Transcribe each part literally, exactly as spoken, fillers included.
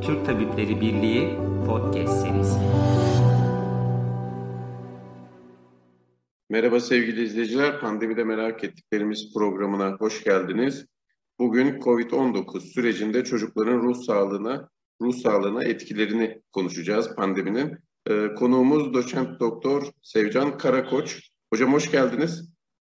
Türk Tabipleri Birliği Podcast serisi. Merhaba sevgili izleyiciler, Pandemide Merak Ettiklerimiz programına hoş geldiniz. Bugün kovid on dokuz sürecinde çocukların ruh sağlığına, ruh sağlığına etkilerini konuşacağız pandeminin. Ee, konuğumuz doçent doktor Sevcan Karakoç. Hocam hoş geldiniz.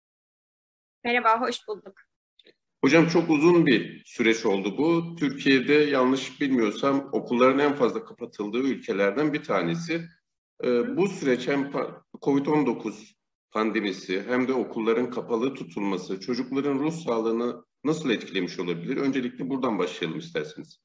Merhaba, hoş bulduk. Hocam çok uzun bir süreç oldu bu. Türkiye'de yanlış bilmiyorsam okulların en fazla kapatıldığı ülkelerden bir tanesi. Ee, bu süreç hem kovid on dokuz pandemisi hem de okulların kapalı tutulması çocukların ruh sağlığını nasıl etkilemiş olabilir? Öncelikle buradan başlayalım isterseniz.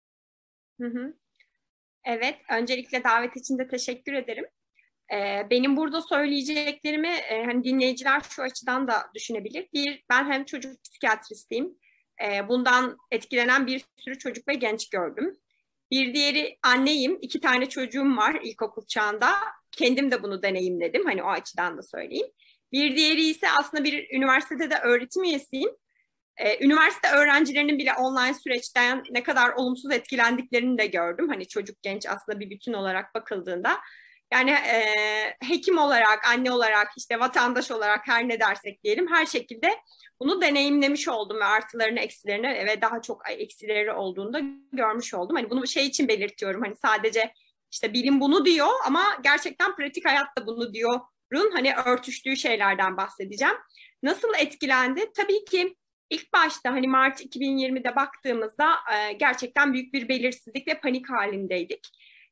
Hı hı. Evet, öncelikle davet için de teşekkür ederim. Ee, benim burada söyleyeceklerimi e, hani dinleyiciler şu açıdan da düşünebilir. Bir, ben hem çocuk psikiyatristiyim. E, bundan etkilenen bir sürü çocuk ve genç gördüm. Bir diğeri anneyim. İki tane çocuğum var ilkokul çağında. Kendim de bunu deneyimledim. Hani o açıdan da söyleyeyim. Bir diğeri ise aslında bir üniversitede de öğretim üyesiyim. Ee, üniversite öğrencilerinin bile online süreçten ne kadar olumsuz etkilendiklerini de gördüm. Hani çocuk genç aslında bir bütün olarak bakıldığında. Yani e, hekim olarak, anne olarak, işte vatandaş olarak her ne dersek diyelim her şekilde bunu deneyimlemiş oldum ve artılarını, eksilerini ve daha çok eksileri olduğunu da görmüş oldum. Hani bunu şey için belirtiyorum. Hani sadece işte bilim bunu diyor ama gerçekten pratik hayat da bunu diyorun hani örtüştüğü şeylerden bahsedeceğim. Nasıl etkilendi? Tabii ki İlk başta hani Mart iki bin yirmide baktığımızda e, gerçekten büyük bir belirsizlik ve panik halindeydik.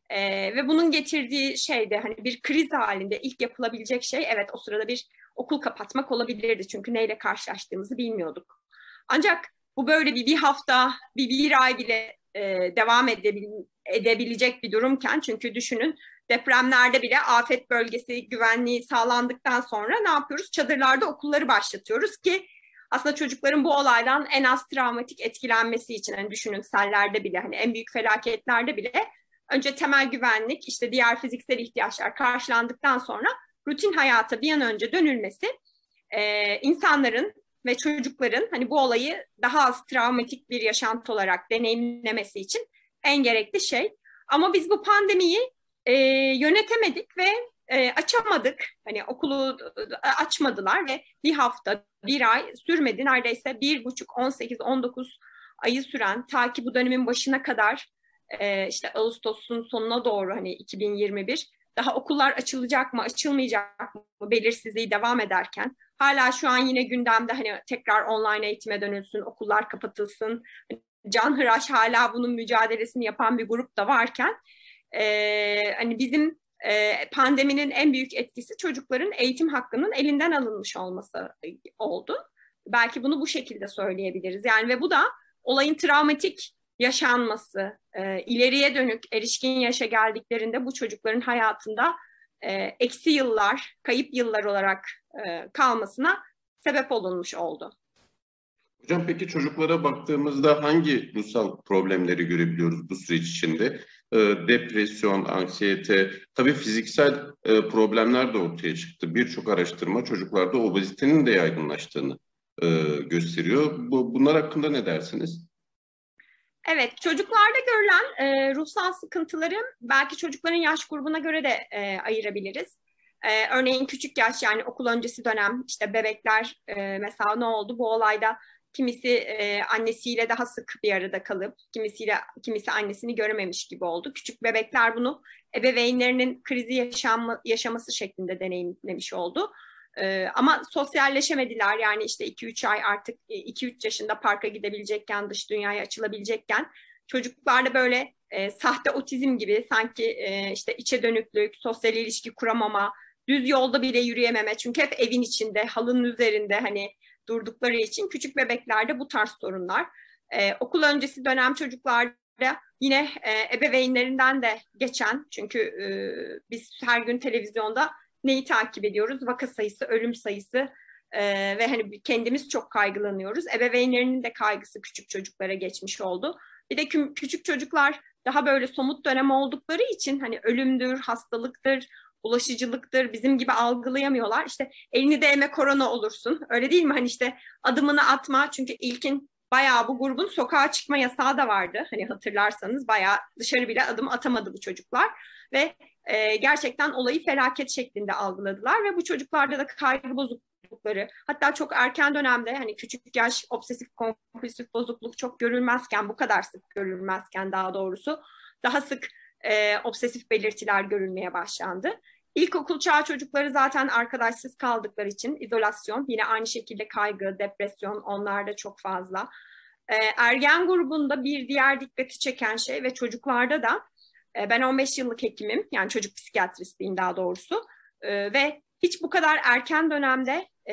E, ve bunun getirdiği şey de hani bir kriz halinde ilk yapılabilecek şey evet o sırada bir okul kapatmak olabilirdi. Çünkü neyle karşılaştığımızı bilmiyorduk. Ancak bu böyle bir, bir hafta, bir, bir ay bile e, devam edebil, edebilecek bir durumken çünkü düşünün depremlerde bile afet bölgesi güvenliği sağlandıktan sonra ne yapıyoruz? Çadırlarda okulları başlatıyoruz ki aslında çocukların bu olaydan en az travmatik etkilenmesi için hani düşünün sellerde bile hani en büyük felaketlerde bile önce temel güvenlik işte diğer fiziksel ihtiyaçlar karşılandıktan sonra rutin hayata bir an önce dönülmesi e, insanların ve çocukların hani bu olayı daha az travmatik bir yaşantı olarak deneyimlemesi için en gerekli şey. Ama biz bu pandemiyi e, yönetemedik ve e, açamadık. Hani okulu açmadılar ve bir hafta, bir ay sürmedi. Neredeyse bir buçuk, on sekiz, on dokuz ayı süren ta ki bu dönemin başına kadar e, işte Ağustos'un sonuna doğru hani iki bin yirmi bir daha okullar açılacak mı, açılmayacak mı belirsizliği devam ederken hala şu an yine gündemde hani tekrar online eğitime dönülsün, okullar kapatılsın. Canhıraş hala bunun mücadelesini yapan bir grup da varken e, hani bizim e, pandeminin en büyük etkisi çocukların eğitim hakkının elinden alınmış olması oldu. Belki bunu bu şekilde söyleyebiliriz. Yani ve bu da olayın travmatik yaşanması, e, ileriye dönük erişkin yaşa geldiklerinde bu çocukların hayatında e, eksi yıllar, kayıp yıllar olarak e, kalmasına sebep olunmuş oldu. Hocam peki çocuklara baktığımızda hangi ruhsal problemleri görebiliyoruz bu süreç içinde? Ee, depresyon, anksiyete, tabii fiziksel e, problemler de ortaya çıktı. Birçok araştırma çocuklarda obezitenin de yaygınlaştığını e, gösteriyor. Bu, bunlar hakkında ne dersiniz? Evet, çocuklarda görülen e, ruhsal sıkıntıları belki çocukların yaş grubuna göre de e, ayırabiliriz. E, örneğin küçük yaş yani okul öncesi dönem işte bebekler e, mesela ne oldu bu olayda kimisi e, annesiyle daha sık bir arada kalıp kimisiyle kimisi annesini görememiş gibi oldu. Küçük bebekler bunu ebeveynlerinin krizi yaşanma, yaşaması şeklinde deneyimlemiş oldu. Ee, ama sosyalleşemediler yani işte iki üç ay artık iki üç yaşında parka gidebilecekken dış dünyaya açılabilecekken çocuklarla böyle e, sahte otizm gibi sanki e, işte içe dönüklük, sosyal ilişki kuramama, düz yolda bile yürüyememe çünkü hep evin içinde, halının üzerinde hani durdukları için küçük bebeklerde bu tarz sorunlar. Ee, okul öncesi dönem çocuklarda yine e, ebeveynlerinden de geçen çünkü e, biz her gün televizyonda neyi takip ediyoruz? Vaka sayısı, ölüm sayısı e, ve hani kendimiz çok kaygılanıyoruz. Ebeveynlerinin de kaygısı küçük çocuklara geçmiş oldu. Bir de kü- küçük çocuklar daha böyle somut dönem oldukları için hani ölümdür, hastalıktır, bulaşıcılıktır bizim gibi algılayamıyorlar. İşte elini değme korona olursun. Öyle değil mi? Hani işte adımını atma çünkü ilkin bayağı bu grubun sokağa çıkma yasağı da vardı. Hani hatırlarsanız bayağı dışarı bile adım atamadı bu çocuklar ve e, gerçekten olayı felaket şeklinde algıladılar ve bu çocuklarda da kaygı bozuklukları, hatta çok erken dönemde hani küçük yaş obsesif kompulsif bozukluk çok görülmezken, bu kadar sık görülmezken daha doğrusu daha sık e, obsesif belirtiler görülmeye başlandı. İlkokul çağı çocukları zaten arkadaşsız kaldıkları için izolasyon, yine aynı şekilde kaygı, depresyon onlarda çok fazla. Ee, ergen grubunda bir diğer dikkati çeken şey ve çocuklarda da e, ben on beş yıllık hekimim, yani çocuk psikiyatristiyim daha doğrusu e, ve hiç bu kadar erken dönemde e,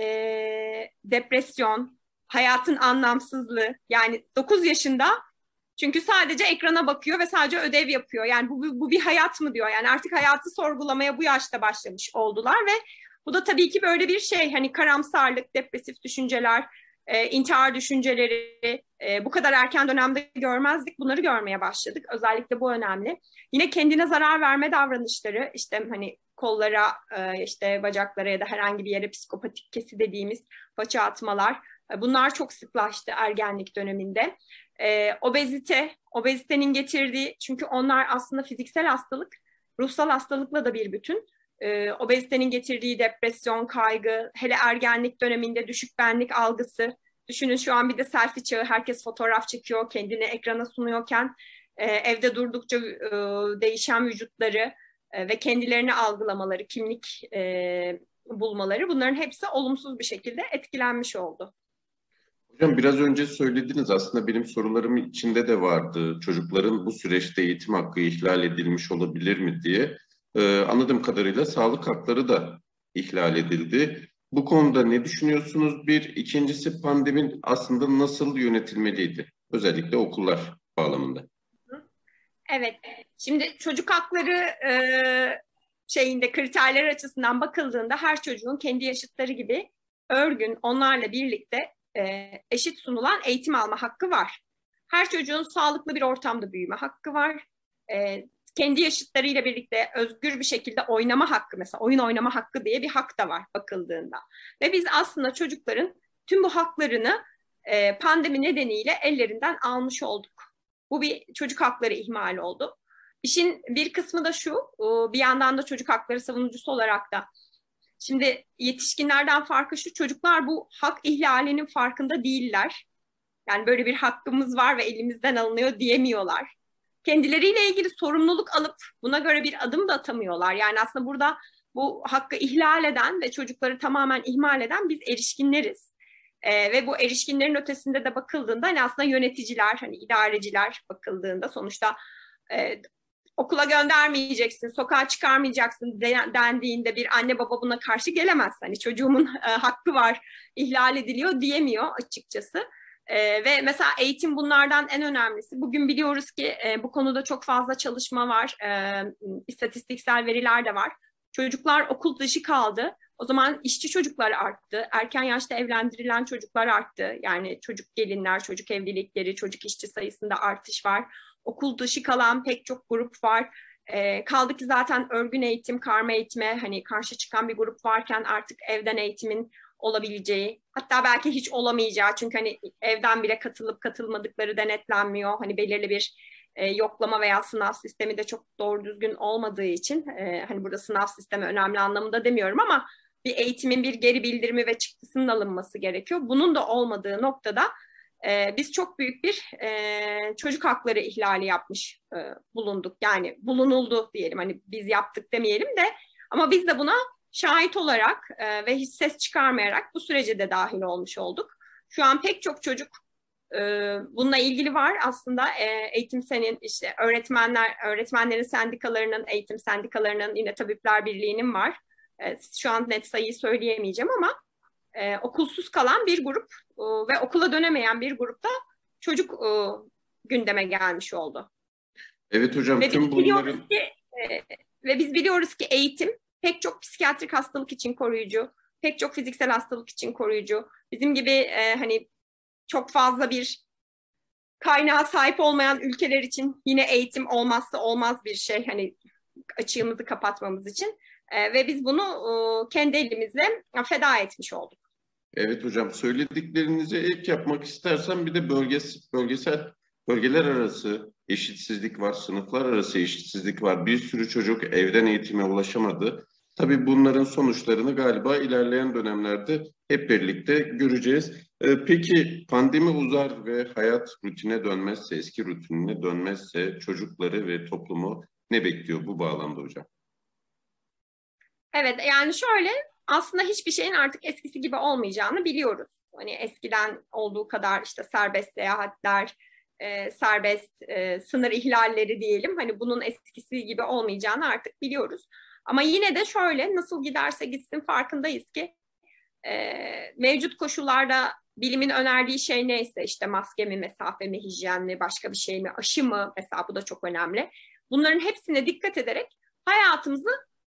depresyon, hayatın anlamsızlığı, yani dokuz yaşında çünkü sadece ekrana bakıyor ve sadece ödev yapıyor. Yani bu, bu bir hayat mı diyor. Yani artık hayatı sorgulamaya bu yaşta başlamış oldular ve bu da tabii ki böyle bir şey. Hani karamsarlık, depresif düşünceler, e, intihar düşünceleri e, bu kadar erken dönemde görmezdik. Bunları görmeye başladık. Özellikle bu önemli. Yine kendine zarar verme davranışları, işte hani kollara, e, işte bacaklara ya da herhangi bir yere psikopatik kesi dediğimiz paça atmalar. E, bunlar çok sıklaştı ergenlik döneminde. E, obezite, obezitenin getirdiği, çünkü onlar aslında fiziksel hastalık, ruhsal hastalıkla da bir bütün. E, obezitenin getirdiği depresyon, kaygı, hele ergenlik döneminde düşük benlik algısı. Düşünün şu an bir de selfie çağı, herkes fotoğraf çekiyor, kendini ekrana sunuyorken e, evde durdukça e, değişen vücutları e, ve kendilerini algılamaları, kimlik e, bulmaları, bunların hepsi olumsuz bir şekilde etkilenmiş oldu. Hocam biraz önce söylediniz, aslında benim sorularım içinde de vardı. Çocukların bu süreçte eğitim hakkı ihlal edilmiş olabilir mi diye. Ee, anladığım kadarıyla sağlık hakları da ihlal edildi. Bu konuda ne düşünüyorsunuz? Bir, ikincisi pandemi aslında nasıl yönetilmeliydi? Özellikle okullar bağlamında. Evet, şimdi çocuk hakları e, şeyinde kriterler açısından bakıldığında her çocuğun kendi yaşıtları gibi örgün, onlarla birlikte e, eşit sunulan eğitim alma hakkı var. Her çocuğun sağlıklı bir ortamda büyüme hakkı var. E, kendi yaşıtlarıyla birlikte özgür bir şekilde oynama hakkı, mesela oyun oynama hakkı diye bir hak da var bakıldığında. Ve biz aslında çocukların tüm bu haklarını e, pandemi nedeniyle ellerinden almış olduk. Bu bir çocuk hakları ihlali oldu. İşin bir kısmı da şu, bir yandan da çocuk hakları savunucusu olarak da, şimdi yetişkinlerden farkı şu, çocuklar bu hak ihlalinin farkında değiller. Yani böyle bir hakkımız var ve elimizden alınıyor diyemiyorlar. Kendileriyle ilgili sorumluluk alıp buna göre bir adım da atamıyorlar. Yani aslında burada bu hakkı ihlal eden ve çocukları tamamen ihmal eden biz erişkinleriz. Ee, ve bu erişkinlerin ötesinde de bakıldığında hani aslında yöneticiler, hani idareciler bakıldığında sonuçta e, okula göndermeyeceksin, sokağa çıkarmayacaksın dendiğinde bir anne baba buna karşı gelemez. Hani çocuğumun e, hakkı var, ihlal ediliyor diyemiyor açıkçası. E, ve mesela eğitim bunlardan en önemlisi. Bugün biliyoruz ki e, bu konuda çok fazla çalışma var, e, istatistiksel veriler de var. Çocuklar okul dışı kaldı. O zaman işçi çocuklar arttı. Erken yaşta evlendirilen çocuklar arttı. Yani çocuk gelinler, çocuk evlilikleri, çocuk işçi sayısında artış var. Okul dışı kalan pek çok grup var. E, kaldı ki zaten örgün eğitim, karma eğitime hani karşı çıkan bir grup varken artık evden eğitimin olabileceği, hatta belki hiç olamayacağı, çünkü hani evden bile katılıp katılmadıkları denetlenmiyor. Hani belirli bir e, yoklama veya sınav sistemi de çok doğru düzgün olmadığı için e, hani burada sınav sistemi önemli anlamında demiyorum ama bir eğitimin bir geri bildirimi ve çıktısının alınması gerekiyor. Bunun da olmadığı noktada e, biz çok büyük bir e, çocuk hakları ihlali yapmış e, bulunduk. Yani bulunuldu diyelim, hani biz yaptık demeyelim de, ama biz de buna şahit olarak e, ve hiç ses çıkarmayarak bu sürece de dahil olmuş olduk. Şu an pek çok çocuk e, bununla ilgili var aslında. E, eğitim senin işte öğretmenler, öğretmenlerin sendikalarının, eğitim sendikalarının, yine Tabipler Birliği'nin var. E, şu an net sayıyı söyleyemeyeceğim ama e, okulsuz kalan bir grup e, ve okula dönemeyen bir grupta çocuk e, gündeme gelmiş oldu. Evet hocam, ve tüm biz biliyoruz bunların... ki e, ve biz biliyoruz ki eğitim pek çok psikiyatrik hastalık için koruyucu, pek çok fiziksel hastalık için koruyucu. Bizim gibi e, hani çok fazla bir kaynağa sahip olmayan ülkeler için yine eğitim olmazsa olmaz bir şey. Hani açığımızı kapatmamız için. E, ve biz bunu e, kendi elimizle feda etmiş olduk. Evet hocam, söylediklerinize ek yapmak istersen bir de bölgesel, bölgesel bölgeler arası eşitsizlik var, sınıflar arası eşitsizlik var. Bir sürü çocuk evden eğitime ulaşamadı. Tabii bunların sonuçlarını galiba ilerleyen dönemlerde hep birlikte göreceğiz. Ee, peki pandemi uzar ve hayat rutine dönmezse, eski rutinine dönmezse çocukları ve toplumu ne bekliyor bu bağlamda hocam? Evet, yani şöyle, aslında hiçbir şeyin artık eskisi gibi olmayacağını biliyoruz. Hani eskiden olduğu kadar işte serbest seyahatler, e, serbest e, sınır ihlalleri diyelim. Hani bunun eskisi gibi olmayacağını artık biliyoruz. Ama yine de şöyle, nasıl giderse gitsin farkındayız ki e, mevcut koşullarda bilimin önerdiği şey neyse, işte maske mi, mesafe mi, hijyen mi, başka bir şey mi, aşı mı, mesela bu da çok önemli. Bunların hepsine dikkat ederek hayatımızı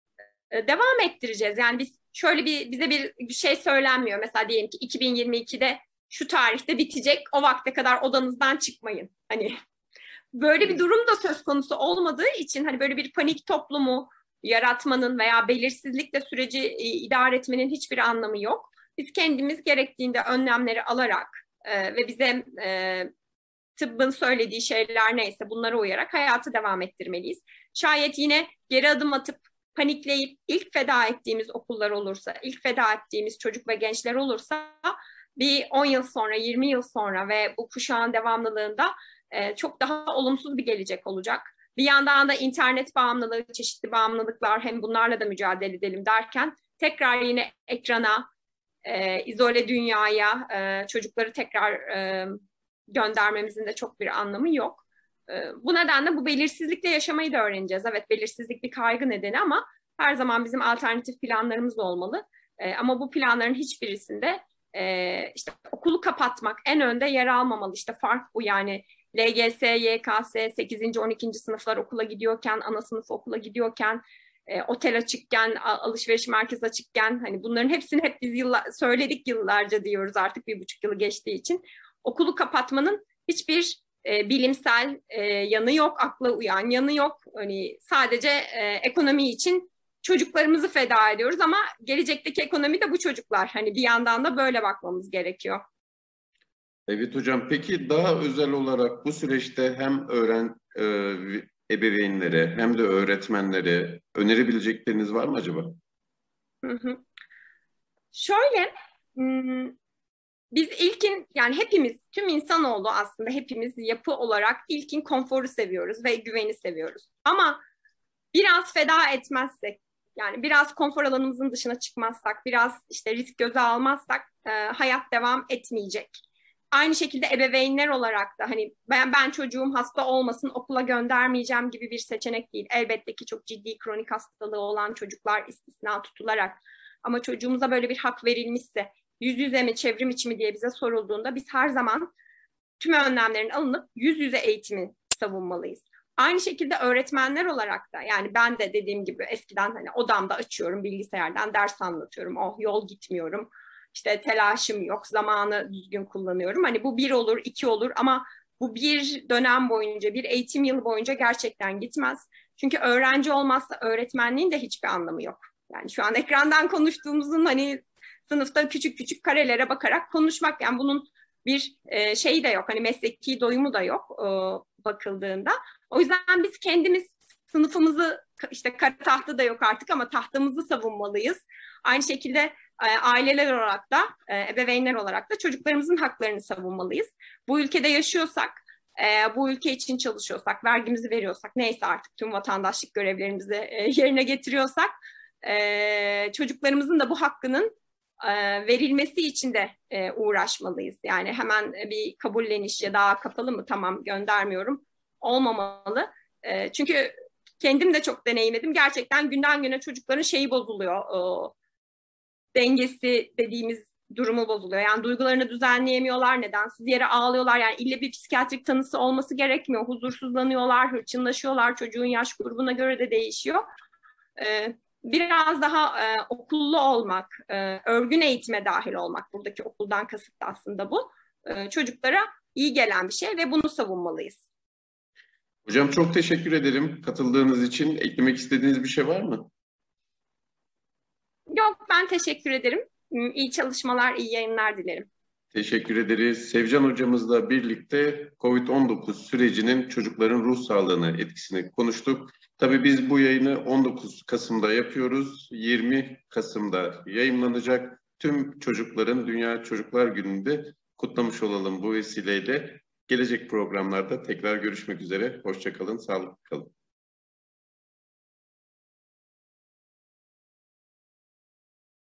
devam ettireceğiz. Yani biz şöyle bir bize bir şey söylenmiyor. Mesela diyelim ki iki bin yirmi ikide şu tarihte bitecek. O vakte kadar odanızdan çıkmayın. Hani böyle bir durum da söz konusu olmadığı için hani böyle bir panik toplumu yaratmanın veya belirsizlikle süreci e, idare etmenin hiçbir anlamı yok. Biz kendimiz gerektiğinde önlemleri alarak e, ve bize e, tıbbın söylediği şeyler neyse bunlara uyarak hayatı devam ettirmeliyiz. Şayet yine geri adım atıp panikleyip ilk feda ettiğimiz okullar olursa, ilk feda ettiğimiz çocuk ve gençler olursa bir on yıl sonra, yirmi yıl sonra ve bu kuşağın devamlılığında e, çok daha olumsuz bir gelecek olacak. Bir yandan da internet bağımlılığı, çeşitli bağımlılıklar, hem bunlarla da mücadele edelim derken tekrar yine ekrana, e, izole dünyaya e, çocukları tekrar e, göndermemizin de çok bir anlamı yok. Bu nedenle bu belirsizlikle yaşamayı da öğreneceğiz. Evet, belirsizlik bir kaygı nedeni ama her zaman bizim alternatif planlarımız olmalı. Ama bu planların hiçbirisinde işte okulu kapatmak en önde yer almamalı. İşte fark bu, yani L G S, Y K S, sekizinci on ikinci sınıflar okula gidiyorken, ana sınıf okula gidiyorken, otel açıkken, alışveriş merkezi açıkken, hani bunların hepsini hep biz yıllar, söyledik yıllarca diyoruz, artık bir buçuk yılı geçtiği için. Okulu kapatmanın hiçbir e, bilimsel e, yanı yok, akla uyan yanı yok. Hani sadece e, ekonomi için çocuklarımızı feda ediyoruz ama gelecekteki ekonomi de bu çocuklar. Hani bir yandan da böyle bakmamız gerekiyor. Evet hocam, peki daha özel olarak bu süreçte hem öğren e, ebeveynlere hem de öğretmenlere önerebilecekleriniz var mı acaba? Hı hı. Şöyle, biz ilkin, yani hepimiz, tüm insanoğlu aslında hepimiz yapı olarak ilkin konforu seviyoruz ve güveni seviyoruz. Ama biraz feda etmezsek, yani biraz konfor alanımızın dışına çıkmazsak, biraz işte risk göze almazsak e, hayat devam etmeyecek. Aynı şekilde ebeveynler olarak da hani ben ben çocuğum hasta olmasın okula göndermeyeceğim gibi bir seçenek değil. Elbette ki çok ciddi kronik hastalığı olan çocuklar istisna tutularak, ama çocuğumuza böyle bir hak verilmişse, yüz yüze mi çevrim içi mi diye bize sorulduğunda biz her zaman tüm önlemlerin alınıp yüz yüze eğitimi savunmalıyız. Aynı şekilde öğretmenler olarak da, yani ben de dediğim gibi eskiden hani odamda açıyorum bilgisayardan ders anlatıyorum. Oh, yol gitmiyorum. İşte telaşım yok, zamanı düzgün kullanıyorum. Hani bu bir olur, iki olur ama bu bir dönem boyunca, bir eğitim yılı boyunca gerçekten gitmez. Çünkü öğrenci olmazsa öğretmenliğin de hiçbir anlamı yok. Yani şu an ekrandan konuştuğumuzun hani sınıfta küçük küçük karelere bakarak konuşmak, yani bunun bir e, şeyi de yok. Hani mesleki doyumu da yok e, bakıldığında. O yüzden biz kendimiz sınıfımızı, işte kara tahta da yok artık ama tahtamızı savunmalıyız. Aynı şekilde e, aileler olarak da, e, ebeveynler olarak da çocuklarımızın haklarını savunmalıyız. Bu ülkede yaşıyorsak, e, bu ülke için çalışıyorsak, vergimizi veriyorsak, neyse artık tüm vatandaşlık görevlerimizi e, yerine getiriyorsak, e, çocuklarımızın da bu hakkının e, verilmesi için de e, uğraşmalıyız. Yani hemen bir kabulleniş ya daha kapalı mı, tamam göndermiyorum olmamalı. E, çünkü kendim de çok deneyimledim. Gerçekten günden güne çocukların şeyi bozuluyor. E, dengesi dediğimiz durumu bozuluyor. Yani duygularını düzenleyemiyorlar, nedensiz yere ağlıyorlar. Yani ille bir psikiyatrik tanısı olması gerekmiyor. Huzursuzlanıyorlar, hırçınlaşıyorlar. Çocuğun yaş grubuna göre de değişiyor. E, biraz daha e, okullu olmak, e, örgün eğitime dahil olmak, buradaki okuldan kasıt da aslında bu. E, çocuklara iyi gelen bir şey ve bunu savunmalıyız. Hocam çok teşekkür ederim katıldığınız için. Eklemek istediğiniz bir şey var mı? Yok, ben teşekkür ederim. İyi çalışmalar, iyi yayınlar dilerim. Teşekkür ederiz. Sevcan hocamızla birlikte kovid on dokuz sürecinin çocukların ruh sağlığına etkisini konuştuk. Tabii biz bu yayını on dokuz Kasım'da yapıyoruz. yirmi Kasım'da yayınlanacak. Tüm çocukların Dünya Çocuklar Günü'nde kutlamış olalım bu vesileyle. Gelecek programlarda tekrar görüşmek üzere. Hoşça kalın, sağlıklı kalın.